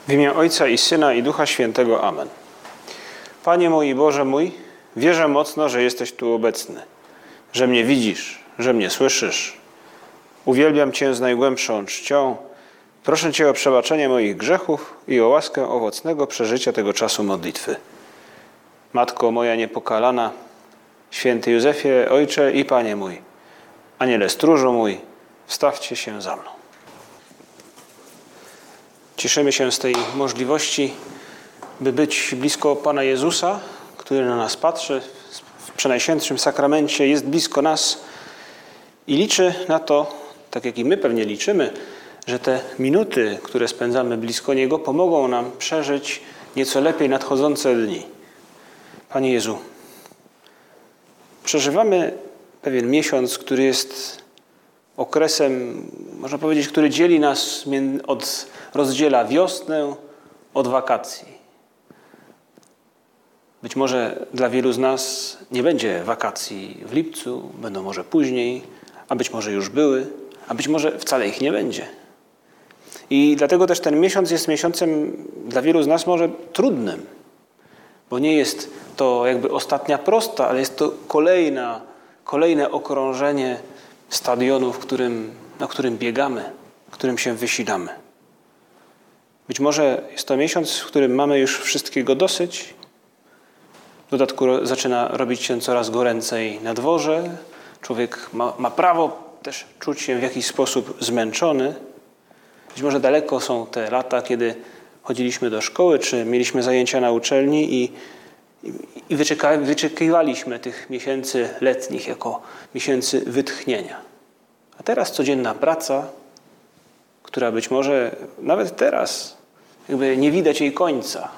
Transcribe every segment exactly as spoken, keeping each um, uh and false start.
W imię Ojca i Syna i Ducha Świętego. Amen. Panie mój i Boże mój, wierzę mocno, że jesteś tu obecny, że mnie widzisz, że mnie słyszysz. Uwielbiam Cię z najgłębszą czcią. Proszę Cię o przebaczenie moich grzechów i o łaskę owocnego przeżycia tego czasu modlitwy. Matko moja niepokalana, święty Józefie, Ojcze i Panie mój, Aniele stróżu mój, wstawcie się za mną. Cieszymy się z tej możliwości, by być blisko Pana Jezusa, który na nas patrzy, w Przenajświętszym Sakramencie jest blisko nas i liczy na to, tak jak i my pewnie liczymy, że te minuty, które spędzamy blisko Niego, pomogą nam przeżyć nieco lepiej nadchodzące dni. Panie Jezu, przeżywamy pewien miesiąc, który jest okresem, można powiedzieć, który dzieli nas od, rozdziela wiosnę od wakacji. Być może dla wielu z nas nie będzie wakacji w lipcu, będą może później, a być może już były, a być może wcale ich nie będzie. I dlatego też ten miesiąc jest miesiącem dla wielu z nas może trudnym, bo nie jest to jakby ostatnia prosta, ale jest to kolejna, kolejne okrążenie stadionu, w którym, na którym biegamy, w którym się wysilamy. Być może jest to miesiąc, w którym mamy już wszystkiego dosyć. W dodatku zaczyna robić się coraz goręcej na dworze. Człowiek ma, ma prawo też czuć się w jakiś sposób zmęczony. Być może daleko są te lata, kiedy chodziliśmy do szkoły, czy mieliśmy zajęcia na uczelni i, i, i wyczeka, wyczekiwaliśmy tych miesięcy letnich jako miesięcy wytchnienia. A teraz codzienna praca, która być może nawet teraz jakby nie widać jej końca.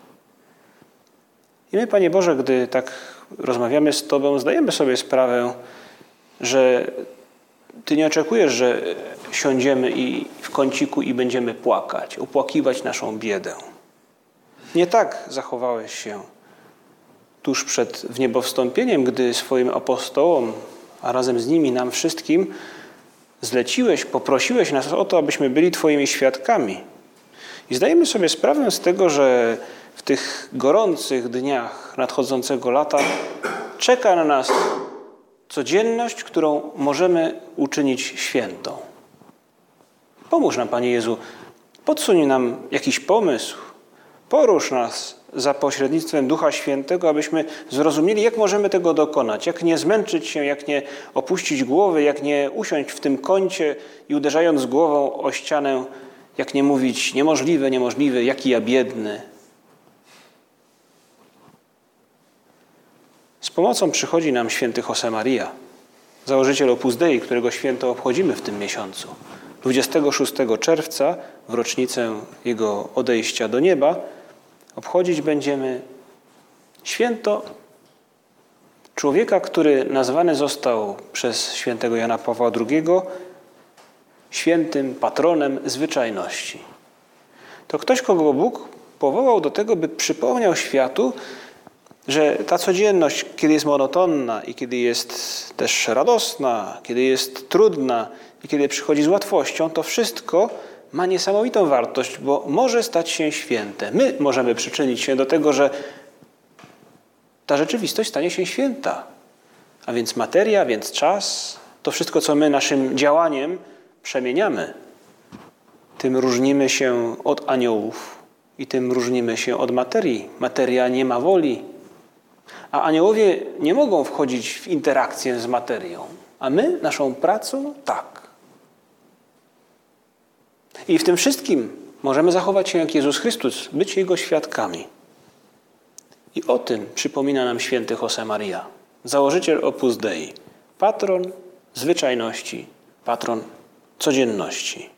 I my, Panie Boże, gdy tak rozmawiamy z Tobą, zdajemy sobie sprawę, że Ty nie oczekujesz, że siądziemy i w kąciku i będziemy płakać, opłakiwać naszą biedę. Nie tak zachowałeś się tuż przed wniebowstąpieniem, gdy swoim apostołom, a razem z nimi nam wszystkim zleciłeś, poprosiłeś nas o to, abyśmy byli Twoimi świadkami. I zdajemy sobie sprawę z tego, że w tych gorących dniach nadchodzącego lata czeka na nas codzienność, którą możemy uczynić świętą. Pomóż nam, Panie Jezu, podsuń nam jakiś pomysł, porusz nas za pośrednictwem Ducha Świętego, abyśmy zrozumieli, jak możemy tego dokonać, jak nie zmęczyć się, jak nie opuścić głowy, jak nie usiąść w tym kącie i uderzając głową o ścianę, jak nie mówić niemożliwe, niemożliwe, jaki ja biedny. Z pomocą przychodzi nam święty Josemaria, założyciel Opus Dei, którego święto obchodzimy w tym miesiącu. dwudziestego szóstego czerwca, w rocznicę jego odejścia do nieba, obchodzić będziemy święto człowieka, który nazwany został przez świętego Jana Pawła drugiego świętym patronem zwyczajności. To ktoś, kogo Bóg powołał do tego, by przypomniał światu, że ta codzienność, kiedy jest monotonna i kiedy jest też radosna, kiedy jest trudna i kiedy przychodzi z łatwością, to wszystko ma niesamowitą wartość, bo może stać się święte. My możemy przyczynić się do tego, że ta rzeczywistość stanie się święta. A więc materia, więc czas, to wszystko, co my naszym działaniem przemieniamy, tym różnimy się od aniołów i tym różnimy się od materii. Materia nie ma woli. A aniołowie nie mogą wchodzić w interakcję z materią, a my naszą pracą tak. I w tym wszystkim możemy zachować się jak Jezus Chrystus, być Jego świadkami. I o tym przypomina nam święty Josemaria, założyciel Opus Dei, patron zwyczajności, patron codzienności.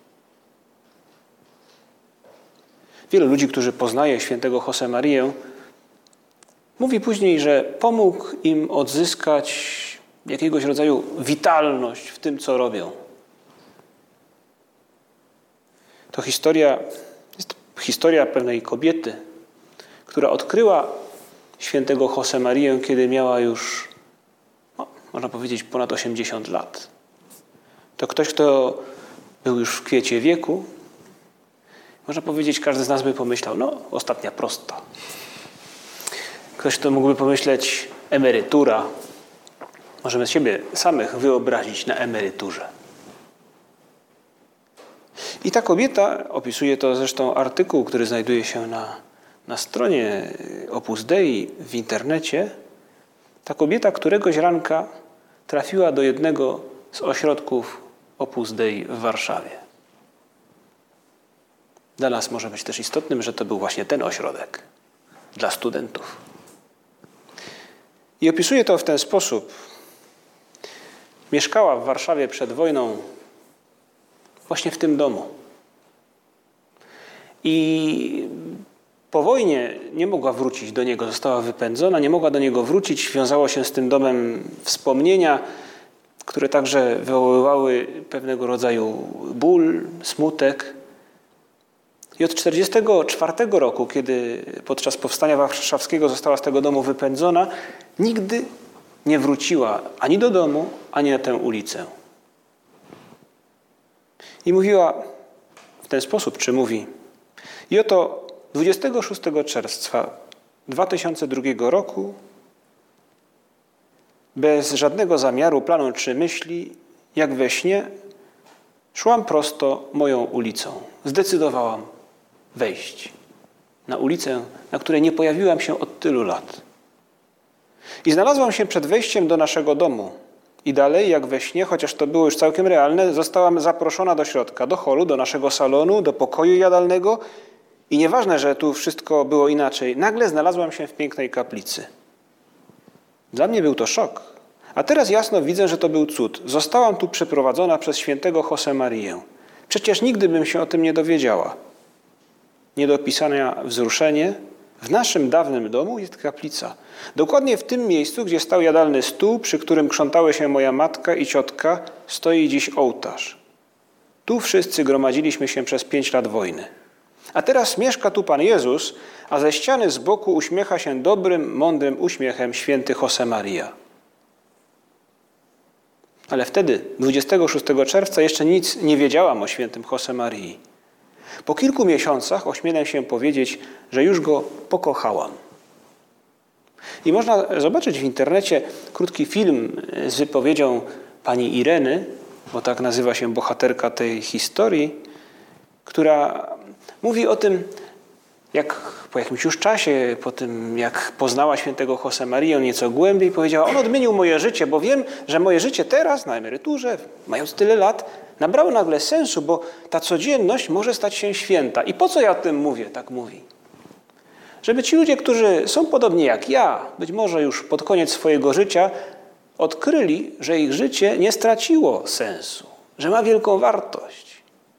Wielu ludzi, którzy poznaje świętego Josemarię, mówi później, że pomógł im odzyskać jakiegoś rodzaju witalność w tym, co robią. To historia jest historia pewnej kobiety, która odkryła świętego Josemarię, kiedy miała już, no, można powiedzieć, ponad osiemdziesiąt lat. To ktoś, kto był już w kwiecie wieku, Można powiedzieć, każdy z nas by pomyślał, no ostatnia prosta. Ktoś to mógłby pomyśleć, emerytura. Możemy siebie samych wyobrazić na emeryturze. I ta kobieta, opisuje to zresztą artykuł, który znajduje się na, na stronie Opus Dei w internecie. Ta kobieta któregoś ranka trafiła do jednego z ośrodków Opus Dei w Warszawie. Dla nas może być też istotnym, że to był właśnie ten ośrodek dla studentów. I opisuje to w ten sposób. Mieszkała w Warszawie przed wojną właśnie w tym domu. I po wojnie nie mogła wrócić do niego, została wypędzona, nie mogła do niego wrócić. Wiązało się z tym domem wspomnienia, które także wywoływały pewnego rodzaju ból, smutek. I od tysiąc dziewięćset czterdziestego czwartego roku, kiedy podczas powstania warszawskiego została z tego domu wypędzona, nigdy nie wróciła ani do domu, ani na tę ulicę. I mówiła w ten sposób, czy mówi: i oto dwudziestego szóstego czerwca dwa tysiące drugiego roku, bez żadnego zamiaru, planu czy myśli, jak we śnie, szłam prosto moją ulicą. Zdecydowałam wejść na ulicę, na której nie pojawiłam się od tylu lat. I znalazłam się przed wejściem do naszego domu. I dalej, jak we śnie, chociaż to było już całkiem realne, zostałam zaproszona do środka, do holu, do naszego salonu, do pokoju jadalnego. I nieważne, że tu wszystko było inaczej, nagle znalazłam się w pięknej kaplicy. Dla mnie był to szok. A teraz jasno widzę, że to był cud. Zostałam tu przeprowadzona przez świętego Josemarię. Przecież nigdy bym się o tym nie dowiedziała. Nie do opisania wzruszenie. W naszym dawnym domu jest kaplica. Dokładnie w tym miejscu, gdzie stał jadalny stół, przy którym krzątały się moja matka i ciotka, stoi dziś ołtarz. Tu wszyscy gromadziliśmy się przez pięć lat wojny. A teraz mieszka tu Pan Jezus, a ze ściany z boku uśmiecha się dobrym, mądrym uśmiechem święty Josemaria. Ale wtedy, dwudziestego szóstego czerwca, jeszcze nic nie wiedziałam o świętym Josemarii. Po kilku miesiącach ośmielę się powiedzieć, że już go pokochałam. I można zobaczyć w internecie krótki film z wypowiedzią pani Ireny, bo tak nazywa się bohaterka tej historii, która mówi o tym, jak po jakimś już czasie, po tym jak poznała świętego Josemarię nieco głębiej, powiedziała: on odmienił moje życie, bo wiem, że moje życie teraz na emeryturze, mając tyle lat, nabrało nagle sensu, bo ta codzienność może stać się święta. I po co ja o tym mówię? Tak mówi. Żeby ci ludzie, którzy są podobni jak ja, być może już pod koniec swojego życia, odkryli, że ich życie nie straciło sensu, że ma wielką wartość.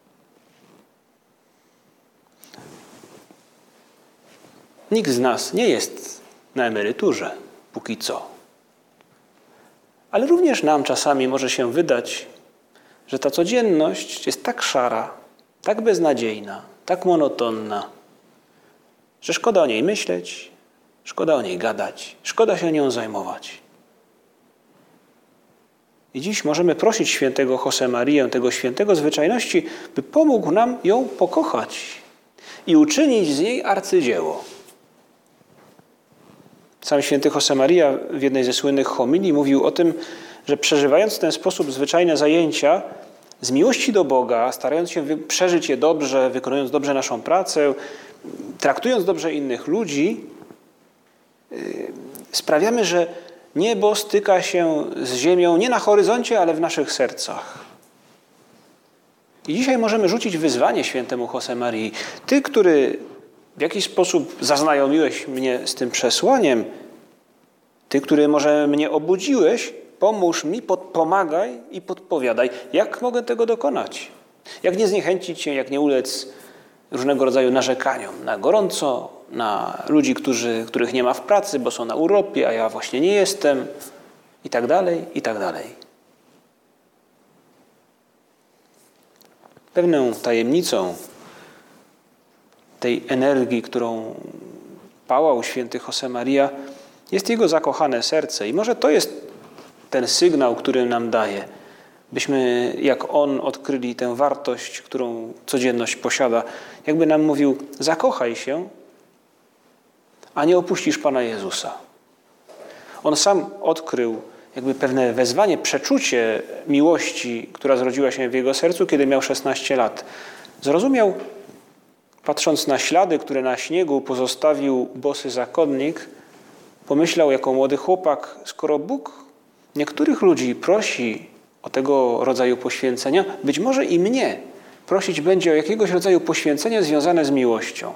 Nikt z nas nie jest na emeryturze, póki co. Ale również nam czasami może się wydać, że ta codzienność jest tak szara, tak beznadziejna, tak monotonna, że szkoda o niej myśleć, szkoda o niej gadać, szkoda się nią zajmować. I dziś możemy prosić świętego Josemarię, tego świętego zwyczajności, by pomógł nam ją pokochać i uczynić z niej arcydzieło. Sam święty Josemaria w jednej ze słynnych homilii mówił o tym, że przeżywając w ten sposób zwyczajne zajęcia, z miłości do Boga, starając się przeżyć je dobrze, wykonując dobrze naszą pracę, traktując dobrze innych ludzi, sprawiamy, że niebo styka się z ziemią nie na horyzoncie, ale w naszych sercach. I dzisiaj możemy rzucić wyzwanie świętemu Josemarii. Ty, który w jakiś sposób zaznajomiłeś mnie z tym przesłaniem, ty, który może mnie obudziłeś, pomóż mi, pomagaj i podpowiadaj, jak mogę tego dokonać. Jak nie zniechęcić się, jak nie ulec różnego rodzaju narzekaniom na gorąco, na ludzi, którzy, których nie ma w pracy, bo są na urlopie, a ja właśnie nie jestem, i tak dalej, i tak dalej. Pewną tajemnicą tej energii, którą pałał święty Josemaria, jest jego zakochane serce. I może to jest ten sygnał, który nam daje, byśmy jak on odkryli tę wartość, którą codzienność posiada jakby nam mówił: zakochaj się, a nie opuścisz Pana Jezusa. On sam odkrył jakby pewne wezwanie, przeczucie miłości, która zrodziła się w jego sercu, kiedy miał szesnaście lat. Zrozumiał, patrząc na ślady, które na śniegu pozostawił bosy zakonnik, pomyślał jako młody chłopak: skoro Bóg niektórych ludzi prosi o tego rodzaju poświęcenia, być może i mnie prosić będzie o jakiegoś rodzaju poświęcenie związane z miłością.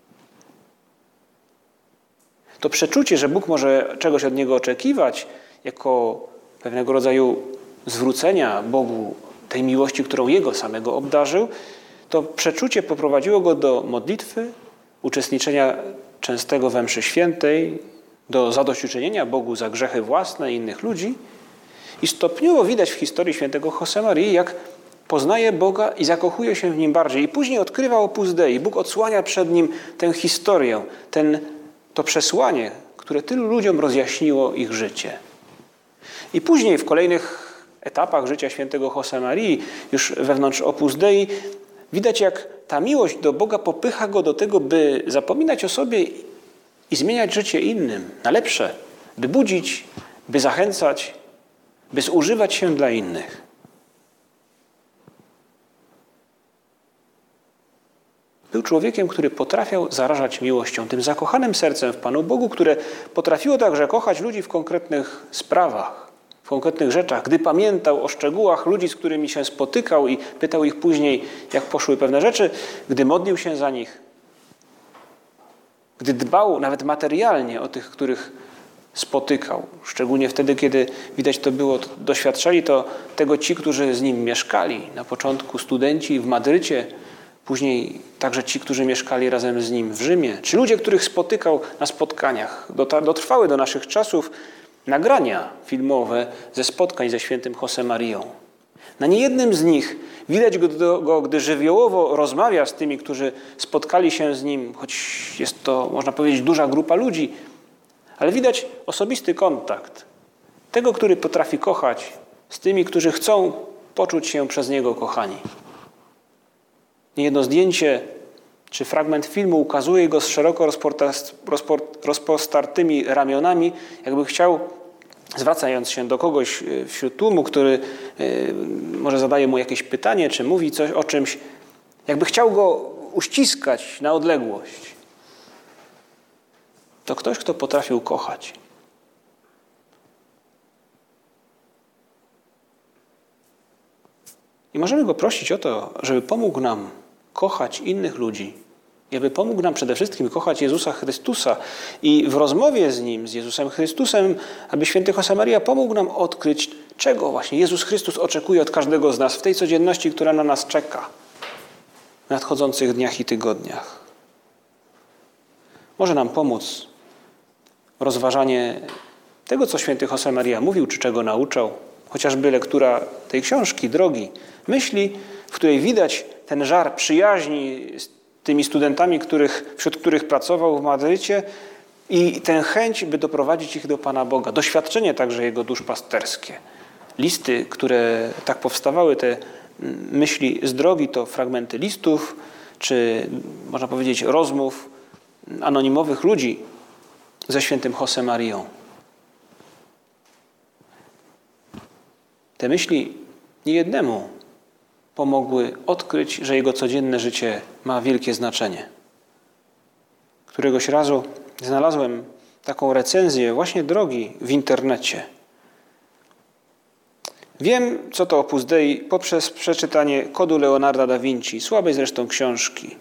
To przeczucie, że Bóg może czegoś od niego oczekiwać, jako pewnego rodzaju zwrócenia Bogu tej miłości, którą Jego samego obdarzył, to przeczucie poprowadziło go do modlitwy, uczestniczenia częstego we mszy świętej, do zadośćuczynienia Bogu za grzechy własne i innych ludzi. I stopniowo widać w historii świętego Josemarii, jak poznaje Boga i zakochuje się w Nim bardziej. I później odkrywa Opus Dei. Bóg odsłania przed nim tę historię, ten, to przesłanie, które tylu ludziom rozjaśniło ich życie. I później w kolejnych etapach życia świętego Josemarii, już wewnątrz Opus Dei, widać, jak ta miłość do Boga popycha go do tego, by zapominać o sobie i zmieniać życie innym na lepsze, by budzić, by zachęcać, by zużywać się dla innych. Był człowiekiem, który potrafił zarażać miłością, tym zakochanym sercem w Panu Bogu, które potrafiło także kochać ludzi w konkretnych sprawach, w konkretnych rzeczach. Gdy pamiętał o szczegółach ludzi, z którymi się spotykał i pytał ich później, jak poszły pewne rzeczy, gdy modlił się za nich, gdy dbał nawet materialnie o tych, których spotykał, szczególnie wtedy, kiedy widać to było, doświadczali to tego ci, którzy z nim mieszkali. Na początku studenci w Madrycie, później także ci, którzy mieszkali razem z nim w Rzymie, czy ludzie, których spotykał na spotkaniach. Dotrwały do naszych czasów nagrania filmowe ze spotkań ze świętym Josemarią. Na niejednym z nich widać go, go, gdy żywiołowo rozmawia z tymi, którzy spotkali się z nim, choć jest to, można powiedzieć, duża grupa ludzi, ale widać osobisty kontakt tego, który potrafi kochać, z tymi, którzy chcą poczuć się przez niego kochani. Niejedno zdjęcie czy fragment filmu ukazuje go z szeroko rozpostartymi ramionami, jakby chciał, zwracając się do kogoś wśród tłumu, który może zadaje mu jakieś pytanie, czy mówi coś o czymś, jakby chciał go uściskać na odległość. To ktoś, kto potrafił kochać. I możemy go prosić o to, żeby pomógł nam kochać innych ludzi i aby pomógł nam przede wszystkim kochać Jezusa Chrystusa i w rozmowie z Nim, z Jezusem Chrystusem, aby święty Josemaria pomógł nam odkryć, czego właśnie Jezus Chrystus oczekuje od każdego z nas w tej codzienności, która na nas czeka w nadchodzących dniach i tygodniach. Może nam pomóc rozważanie tego, co święty Josemaria mówił, czy czego nauczał, chociażby lektura tej książki, Drogi, myśli, w której widać ten żar przyjaźni z tymi studentami, których, wśród których pracował w Madrycie i tę chęć, by doprowadzić ich do Pana Boga. Doświadczenie także Jego duszpasterskie. Listy, które tak powstawały, te myśli z drogi, to fragmenty listów, czy można powiedzieć rozmów anonimowych ludzi ze świętym Josemarią. Te myśli niejednemu pomogły odkryć, że jego codzienne życie ma wielkie znaczenie. Któregoś razu znalazłem taką recenzję właśnie Drogi w internecie. Wiem, co to Opus Dei poprzez przeczytanie Kodu Leonarda da Vinci, słabej zresztą książki.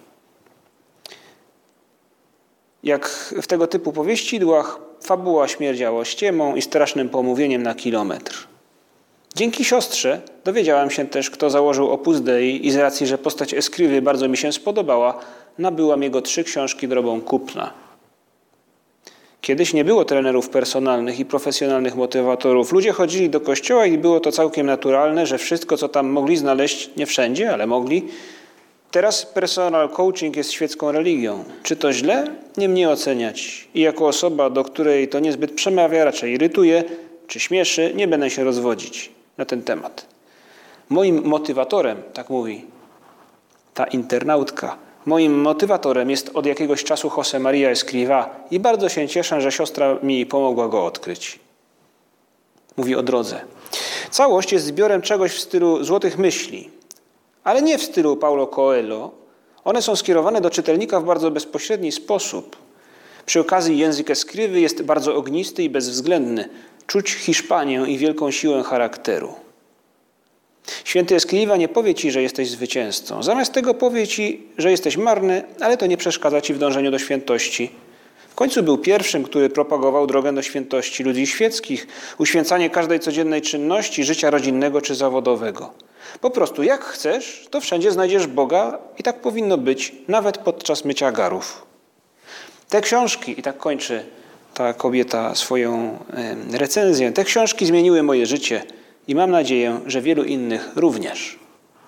Jak w tego typu powieścidłach, fabuła śmierdziała ściemą i strasznym pomówieniem na kilometr. Dzięki siostrze dowiedziałam się też, kto założył Opus Dei i z racji, że postać Escrivy bardzo mi się spodobała, nabyłam jego trzy książki drogą kupna. Kiedyś nie było trenerów personalnych i profesjonalnych motywatorów. Ludzie chodzili do kościoła i było to całkiem naturalne, że wszystko, co tam mogli znaleźć, nie wszędzie, ale mogli. Teraz personal coaching jest świecką religią. Czy to źle? Nie mnie oceniać. I jako osoba, do której to niezbyt przemawia, raczej irytuje, czy śmieszy, nie będę się rozwodzić na ten temat. Moim motywatorem, tak mówi ta internautka, Moim motywatorem jest od jakiegoś czasu José María Escrivá i bardzo się cieszę, że siostra mi pomogła go odkryć. Mówi o drodze. Całość jest zbiorem czegoś w stylu złotych myśli, ale nie w stylu Paulo Coelho. One są skierowane do czytelnika w bardzo bezpośredni sposób. Przy okazji język Escrivy jest bardzo ognisty i bezwzględny. Czuć Hiszpanię i wielką siłę charakteru. Święty Escrivá nie powie ci, że jesteś zwycięzcą. Zamiast tego powie ci, że jesteś marny, ale to nie przeszkadza ci w dążeniu do świętości. W końcu był pierwszym, który propagował drogę do świętości ludzi świeckich, uświęcanie każdej codziennej czynności, życia rodzinnego czy zawodowego. Po prostu jak chcesz, to wszędzie znajdziesz Boga i tak powinno być, nawet podczas mycia garów. Te książki, i tak kończy ta kobieta swoją recenzję, te książki zmieniły moje życie i mam nadzieję, że wielu innych również.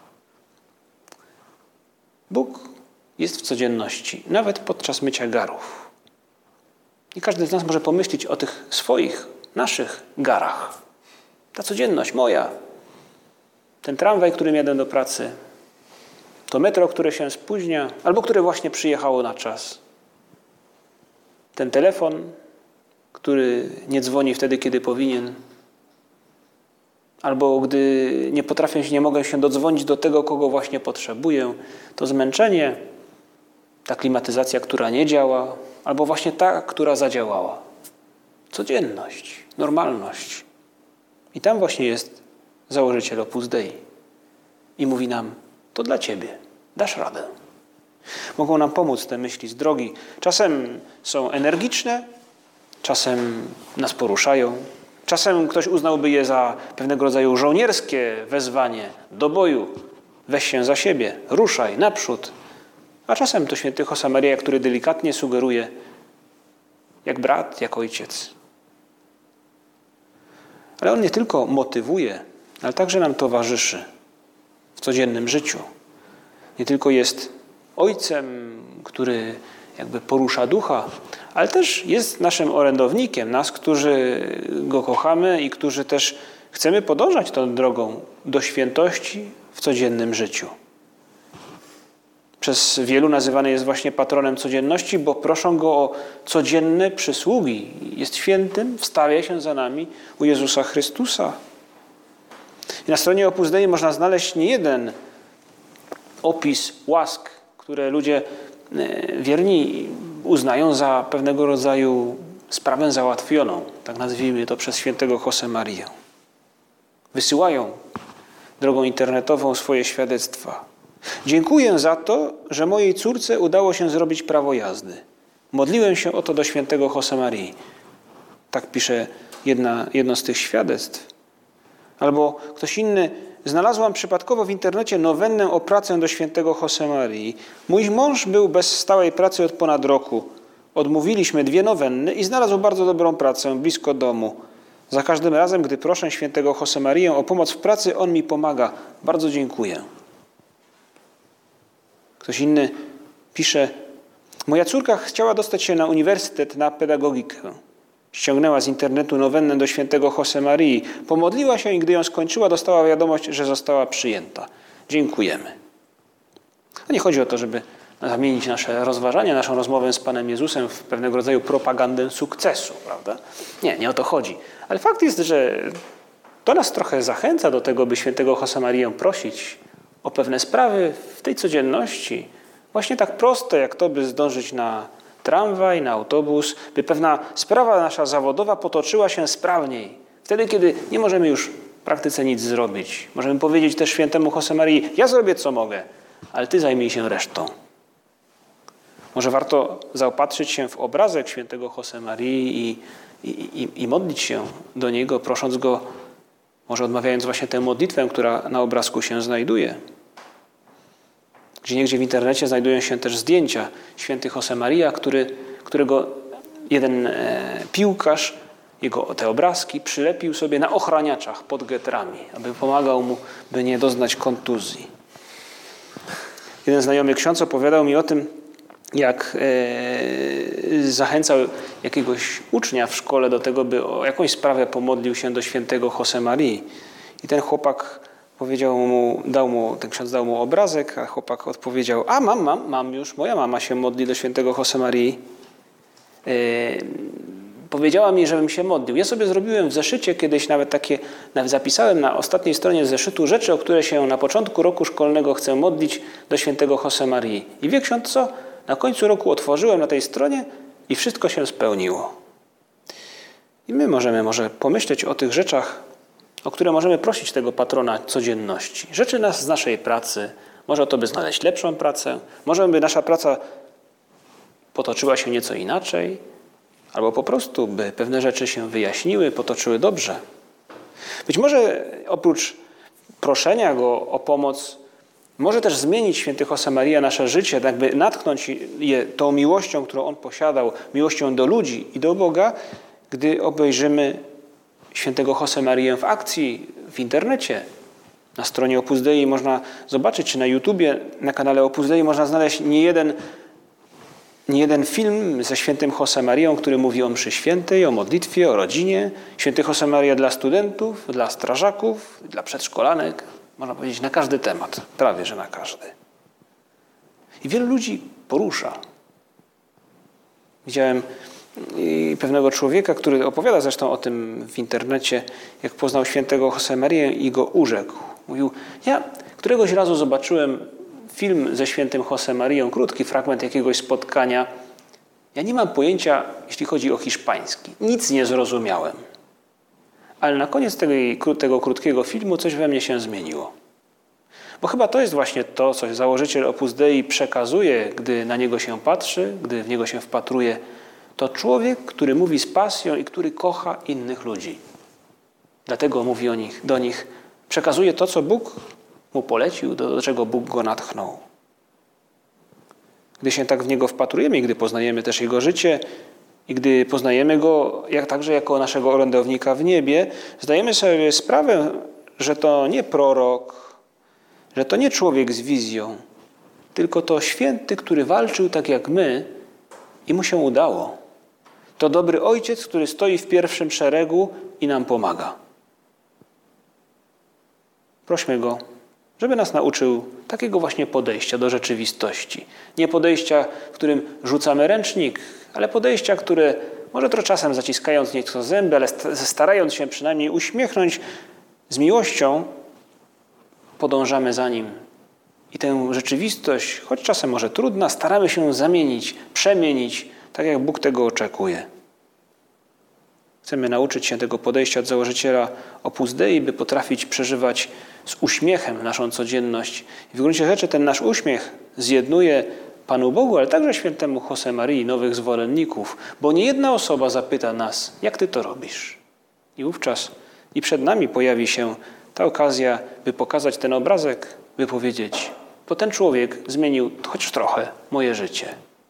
Bóg jest w codzienności, nawet podczas mycia garów. I każdy z nas może pomyśleć o tych swoich, naszych garach. Ta codzienność moja, ten tramwaj, którym jadę do pracy, to metro, które się spóźnia, albo które właśnie przyjechało na czas. Ten telefon, który nie dzwoni wtedy, kiedy powinien, albo gdy nie potrafię, nie mogę się dodzwonić do tego, kogo właśnie potrzebuję, to zmęczenie, ta klimatyzacja, która nie działa, albo właśnie ta, która zadziałała. Codzienność, normalność. I tam właśnie jest założyciel Opus Dei. I mówi nam, to dla ciebie, dasz radę. Mogą nam pomóc te myśli z drogi. Czasem są energiczne, czasem nas poruszają, czasem ktoś uznałby je za pewnego rodzaju żołnierskie wezwanie do boju. Weź się za siebie, ruszaj, naprzód. A czasem to święty José María, który delikatnie sugeruje, jak brat, jak ojciec. Ale on nie tylko motywuje, ale także nam towarzyszy w codziennym życiu. Nie tylko jest ojcem, który jakby porusza ducha, ale też jest naszym orędownikiem, nas, którzy go kochamy i którzy też chcemy podążać tą drogą do świętości w codziennym życiu. Przez wielu nazywany jest właśnie patronem codzienności, bo proszą go o codzienne przysługi. Jest świętym, wstawia się za nami u Jezusa Chrystusa. I na stronie Opus Dei można znaleźć niejeden opis łask, które ludzie wierni uznają za pewnego rodzaju sprawę załatwioną. Tak nazwijmy to przez świętego José Marię. Wysyłają drogą internetową swoje świadectwa. Dziękuję za to, że mojej córce udało się zrobić prawo jazdy. Modliłem się o to do świętego José Marii. Tak pisze jedna, jedno z tych świadectw. Albo ktoś inny. Znalazłam przypadkowo w internecie nowennę o pracę do świętego José Marii. Mój mąż był bez stałej pracy od ponad roku. Odmówiliśmy dwie nowenny i znalazł bardzo dobrą pracę blisko domu. Za każdym razem, gdy proszę świętego José Marię o pomoc w pracy, on mi pomaga. Bardzo dziękuję. Ktoś inny pisze, moja córka chciała dostać się na uniwersytet na pedagogikę. Ściągnęła z internetu nowennę do świętego José Marii. Pomodliła się i gdy ją skończyła, dostała wiadomość, że została przyjęta. Dziękujemy. A nie chodzi o to, żeby zamienić nasze rozważania, naszą rozmowę z Panem Jezusem w pewnego rodzaju propagandę sukcesu, prawda? Nie, nie o to chodzi. Ale fakt jest, że to nas trochę zachęca do tego, by świętego José Marię prosić o pewne sprawy w tej codzienności. Właśnie tak proste, jak to, by zdążyć na tramwaj, na autobus, by pewna sprawa nasza zawodowa potoczyła się sprawniej. Wtedy, kiedy nie możemy już w praktyce nic zrobić. Możemy powiedzieć też świętemu José Marii, ja zrobię co mogę, ale ty zajmij się resztą. Może warto zaopatrzyć się w obrazek świętego José Marii i, i, i, i modlić się do niego, prosząc go, może odmawiając właśnie tę modlitwę, która na obrazku się znajduje. Gdzieniegdzie w internecie znajdują się też zdjęcia święty José María, który, którego jeden e, piłkarz, jego te obrazki przylepił sobie na ochraniaczach pod getrami, aby pomagał mu, by nie doznać kontuzji. Jeden znajomy ksiądz opowiadał mi o tym, jak e, zachęcał jakiegoś ucznia w szkole do tego, by o jakąś sprawę pomodlił się do świętego José Marii. I ten chłopak powiedział mu, dał mu, ten ksiądz dał mu obrazek, a chłopak odpowiedział, a mam, mam, mam już, moja mama się modli do świętego Josemarii. Yy, powiedziała mi, żebym się modlił. Ja sobie zrobiłem w zeszycie kiedyś nawet takie, nawet zapisałem na ostatniej stronie zeszytu rzeczy, o które się na początku roku szkolnego chcę modlić do świętego Josemarii. I wie ksiądz co? Na końcu roku otworzyłem na tej stronie i wszystko się spełniło. I my możemy może pomyśleć o tych rzeczach, o które możemy prosić tego patrona codzienności. Rzeczy nas z naszej pracy. Może o to, by znaleźć lepszą pracę. Może by nasza praca potoczyła się nieco inaczej. Albo po prostu, by pewne rzeczy się wyjaśniły, potoczyły dobrze. Być może oprócz proszenia Go o pomoc, może też zmienić święty Josemaria nasze życie, tak by natchnąć je tą miłością, którą On posiadał, miłością do ludzi i do Boga, gdy obejrzymy świętego Josemarię w akcji, w internecie. Na stronie Opus Dei można zobaczyć, czy na YouTubie, na kanale Opus Dei można znaleźć niejeden nie jeden film ze świętym Josemarią, który mówi o mszy świętej, o modlitwie, o rodzinie. Święty Josemaria dla studentów, dla strażaków, dla przedszkolanek. Można powiedzieć na każdy temat, prawie że na każdy. I wielu ludzi porusza. Widziałem pewnego człowieka, który opowiada zresztą o tym w internecie, jak poznał świętego Josemarię i go urzekł. Mówił, ja któregoś razu zobaczyłem film ze świętym Josemarią, krótki fragment jakiegoś spotkania. Ja nie mam pojęcia, jeśli chodzi o hiszpański. Nic nie zrozumiałem. Ale na koniec tego, tego krótkiego filmu coś we mnie się zmieniło. Bo chyba to jest właśnie to, co założyciel Opus Dei przekazuje, gdy na niego się patrzy, gdy w niego się wpatruje. To człowiek, który mówi z pasją i który kocha innych ludzi. Dlatego mówi o nich, do nich, przekazuje to, co Bóg mu polecił, do czego Bóg go natchnął. Gdy się tak w niego wpatrujemy i gdy poznajemy też jego życie i gdy poznajemy go jak, także jako naszego orędownika w niebie, zdajemy sobie sprawę, że to nie prorok, że to nie człowiek z wizją, tylko to święty, który walczył tak jak my i mu się udało. To dobry ojciec, który stoi w pierwszym szeregu i nam pomaga. Prośmy go, żeby nas nauczył takiego właśnie podejścia do rzeczywistości. Nie podejścia, w którym rzucamy ręcznik, ale podejścia, które może trochę czasem zaciskając nieco zęby, ale starając się przynajmniej uśmiechnąć z miłością, podążamy za nim. I tę rzeczywistość, choć czasem może trudna, staramy się zamienić, przemienić, tak jak Bóg tego oczekuje. Chcemy nauczyć się tego podejścia od założyciela Opus Dei, by potrafić przeżywać z uśmiechem naszą codzienność. I w gruncie rzeczy ten nasz uśmiech zjednuje Panu Bogu, ale także świętemu Josemarii nowych zwolenników, bo nie jedna osoba zapyta nas, jak Ty to robisz? I wówczas i przed nami pojawi się ta okazja, by pokazać ten obrazek, by powiedzieć, bo ten człowiek zmienił choć trochę moje życie.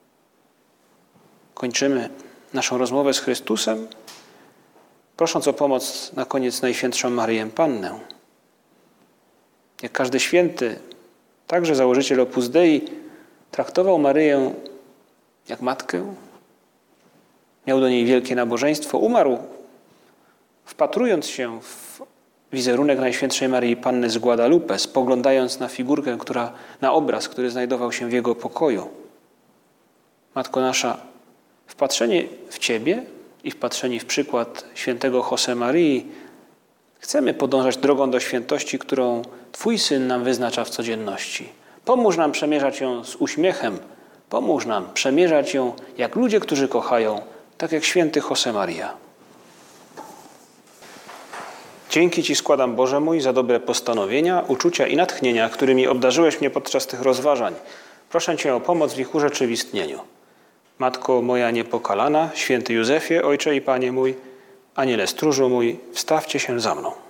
Kończymy naszą rozmowę z Chrystusem, prosząc o pomoc na koniec Najświętszą Maryję Pannę. Jak każdy święty, także założyciel Opus Dei, traktował Maryję jak matkę, miał do niej wielkie nabożeństwo, umarł wpatrując się w wizerunek Najświętszej Maryi Panny z Guadalupe, spoglądając na figurkę, która, na obraz, który znajdował się w jego pokoju. Matko nasza, wpatrzenie w Ciebie i wpatrzeni w przykład świętego Josemarii chcemy podążać drogą do świętości, którą Twój Syn nam wyznacza w codzienności. Pomóż nam przemierzać ją z uśmiechem. Pomóż nam przemierzać ją jak ludzie, którzy kochają, tak jak święty Josemaria. Dzięki Ci składam, Boże mój, za dobre postanowienia, uczucia i natchnienia, którymi obdarzyłeś mnie podczas tych rozważań. Proszę Cię o pomoc w ich urzeczywistnieniu. Matko moja niepokalana, święty Józefie, Ojcze i Panie mój, Aniele stróżu mój, wstawcie się za mną.